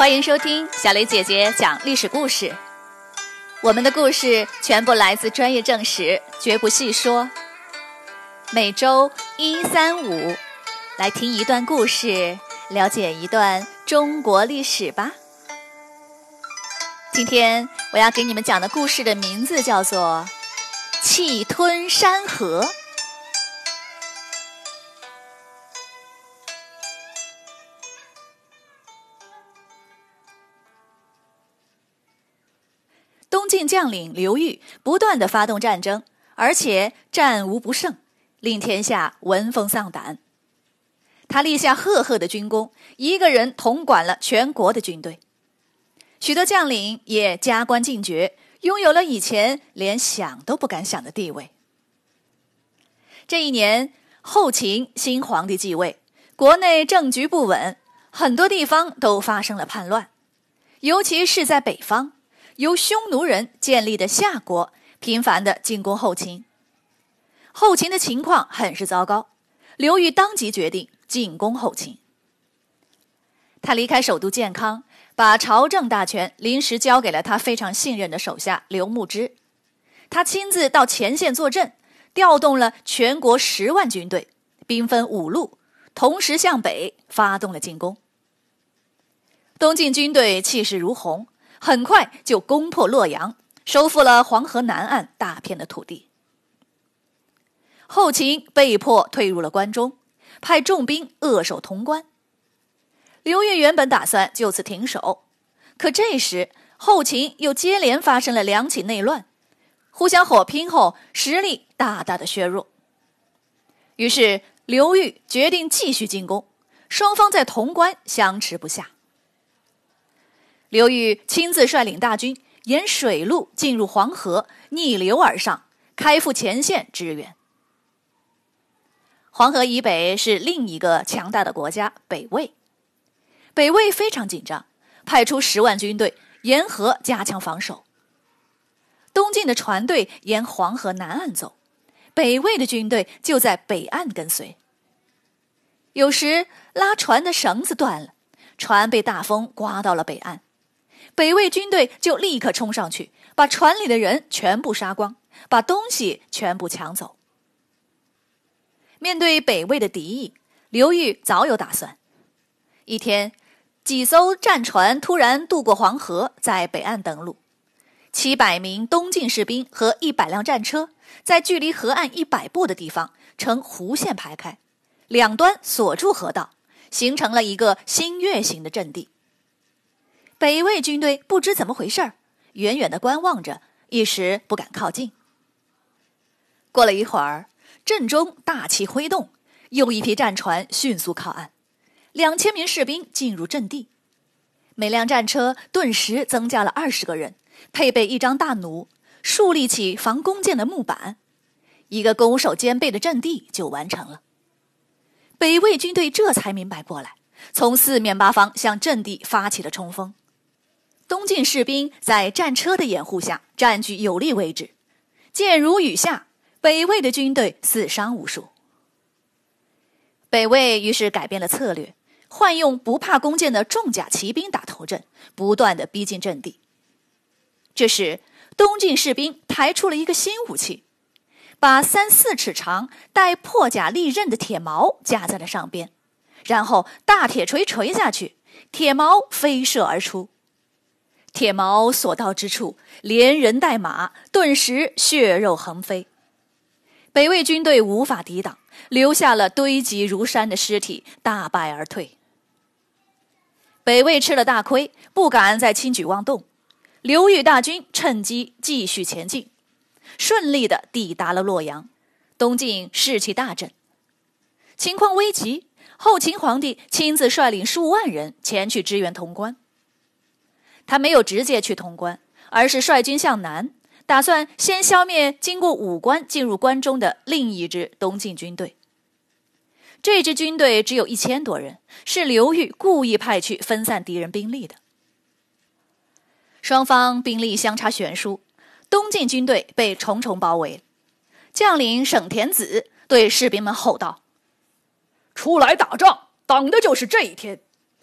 欢迎收听小雷姐姐讲历史故事。我们的故事全部来自专业证实，绝不细说。每周1、3、5来听一段故事，了解一段中国历史吧。今天我要给你们讲的故事的名字叫做气吞山河。东晋将领刘裕不断地发动战争，而且战无不胜，令天下闻风丧胆。他立下赫赫的军功，一个人统管了全国的军队。许多将领也加官进爵，拥有了以前连想都不敢想的地位。这一年，后秦新皇帝继位，国内政局不稳，很多地方都发生了叛乱，尤其是在北方，由匈奴人建立的夏国频繁地进攻后秦。后秦的情况很是糟糕，刘裕当即决定进攻后秦。他离开首都建康，把朝政大权临时交给了他非常信任的手下刘牧之。他亲自到前线坐镇，调动了全国10万军队，兵分5路，同时向北发动了进攻。东晋军队气势如虹，很快就攻破洛阳，收复了黄河南岸大片的土地。后秦被迫退入了关中，派重兵扼守潼关。刘裕原本打算就此停手，可这时后秦又接连发生了2起内乱，互相火拼后，实力大大的削弱。于是刘裕决定继续进攻，双方在潼关相持不下。刘裕亲自率领大军沿水路进入黄河，逆流而上，开赴前线支援。黄河以北是另一个强大的国家北魏。北魏非常紧张，派出10万军队沿河加强防守。东晋的船队沿黄河南岸走，北魏的军队就在北岸跟随。有时拉船的绳子断了，船被大风刮到了北岸，北魏军队就立刻冲上去，把船里的人全部杀光，把东西全部抢走。面对北魏的敌意，刘裕早有打算。一天，几艘战船突然渡过黄河，在北岸登陆。700名东晋士兵和100辆战车，在距离河岸100步的地方呈弧线排开，两端锁住河道，形成了一个新月形的阵地。北魏军队不知怎么回事，远远地观望着，一时不敢靠近。过了一会儿，阵中大旗挥动，又一批战船迅速靠岸，2000名士兵进入阵地。每辆战车顿时增加了20个人，配备一张大弩，竖立起防弓箭的木板，一个攻守兼备的阵地就完成了。北魏军队这才明白过来，从4面8方向阵地发起了冲锋。东晋士兵在战车的掩护下占据有利位置，箭如雨下，北魏的军队死伤无数。北魏于是改变了策略，换用不怕弓箭的重甲骑兵打头阵，不断地逼近阵地。这时东晋士兵抬出了一个新武器，把3、4尺长带破甲利刃的铁矛架在了上边，然后大铁锤锤下去，铁矛飞射而出。铁矛所到之处，连人带马顿时血肉横飞。北魏军队无法抵挡，留下了堆积如山的尸体，大败而退。北魏吃了大亏，不敢再轻举妄动。刘裕大军趁机继续前进，顺利地抵达了洛阳。东晋士气大振。情况危急，后秦皇帝亲自率领数万人前去支援潼关。他没有直接去潼关，而是率军向南，打算先消灭经过武关进入关中的另一支东晋军队。这支军队只有1000多人，是刘裕故意派去分散敌人兵力的。双方兵力相差悬殊，东晋军队被重重包围。将领沈田子对士兵们吼道：“出来打仗，等的就是这一天！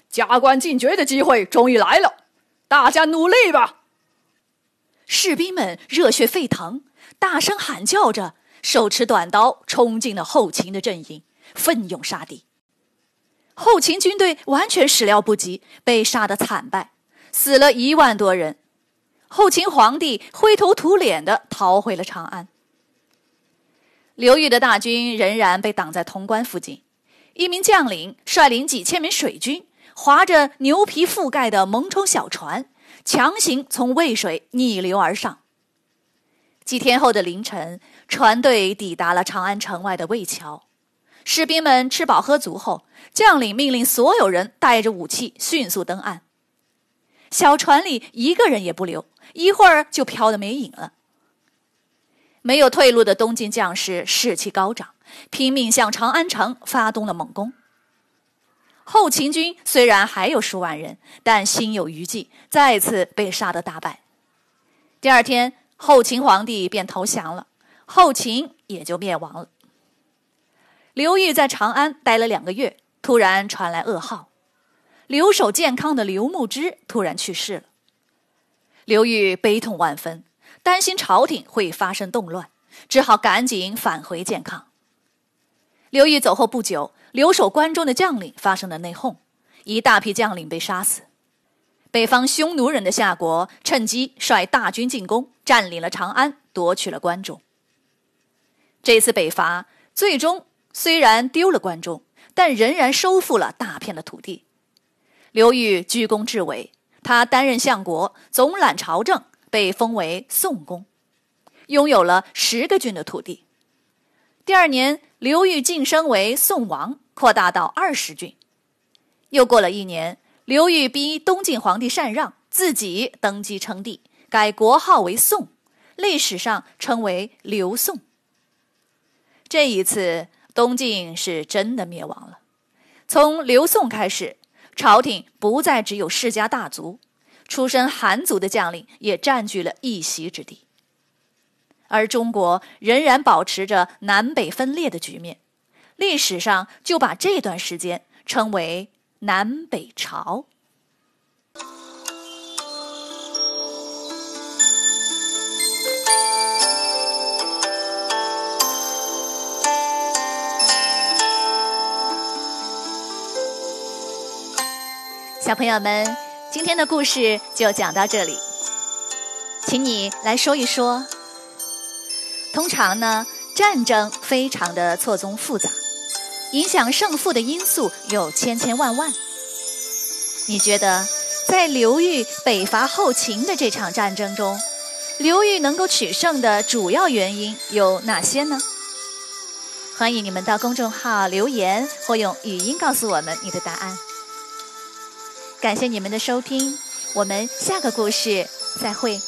加官进爵的机会终于来了，大家努力吧！ 士兵们热血沸腾，大声喊叫着，手持短刀冲进了后秦的阵营，奋勇杀敌。后秦军队完全始料不及，被杀得惨败，死了1万多人。后秦皇帝灰头土脸地逃回了长安。刘裕的大军仍然被挡在潼关附近，一名将领率领几千名水军，划着牛皮覆盖的蒙冲小船，强行从渭水逆流而上。几天后的凌晨，船队抵达了长安城外的渭桥。士兵们吃饱喝足后，将领命令所有人带着武器迅速登岸。小船里一个人也不留，一会儿就飘得没影了。没有退路的东晋将士士气高涨，拼命向长安城发动了猛攻。后秦军虽然还有数万人，但心有余悸，再次被杀得大败。第二天，后秦皇帝便投降了，后秦也就灭亡了。刘裕在长安待了2个月，突然传来噩耗，留守健康的刘牧之突然去世了。刘裕悲痛万分，担心朝廷会发生动乱，只好赶紧返回健康。刘裕走后不久，留守关中的将领发生了内讧，一大批将领被杀死。北方匈奴人的夏国趁机率大军进攻，占领了长安，夺取了关中。这次北伐最终虽然丢了关中，但仍然收复了大片的土地。刘裕居功至伟，他担任相国，总揽朝政，被封为宋公，拥有了10个郡的土地。第2年，刘裕晋升为宋王，扩大到20郡。又过了1年，刘裕逼东晋皇帝禅让，自己登基称帝，改国号为宋，历史上称为刘宋。这一次，东晋是真的灭亡了。从刘宋开始，朝廷不再只有世家大族，出身寒族的将领也占据了一席之地。而中国仍然保持着南北分裂的局面，历史上就把这段时间称为南北朝。小朋友们，今天的故事就讲到这里，请你来说一说。通常呢，战争非常的错综复杂，影响胜负的因素有千千万万。你觉得在刘裕北伐后秦的这场战争中，刘裕能够取胜的主要原因有哪些呢？欢迎你们到公众号留言或用语音告诉我们你的答案。感谢你们的收听，我们下个故事再会。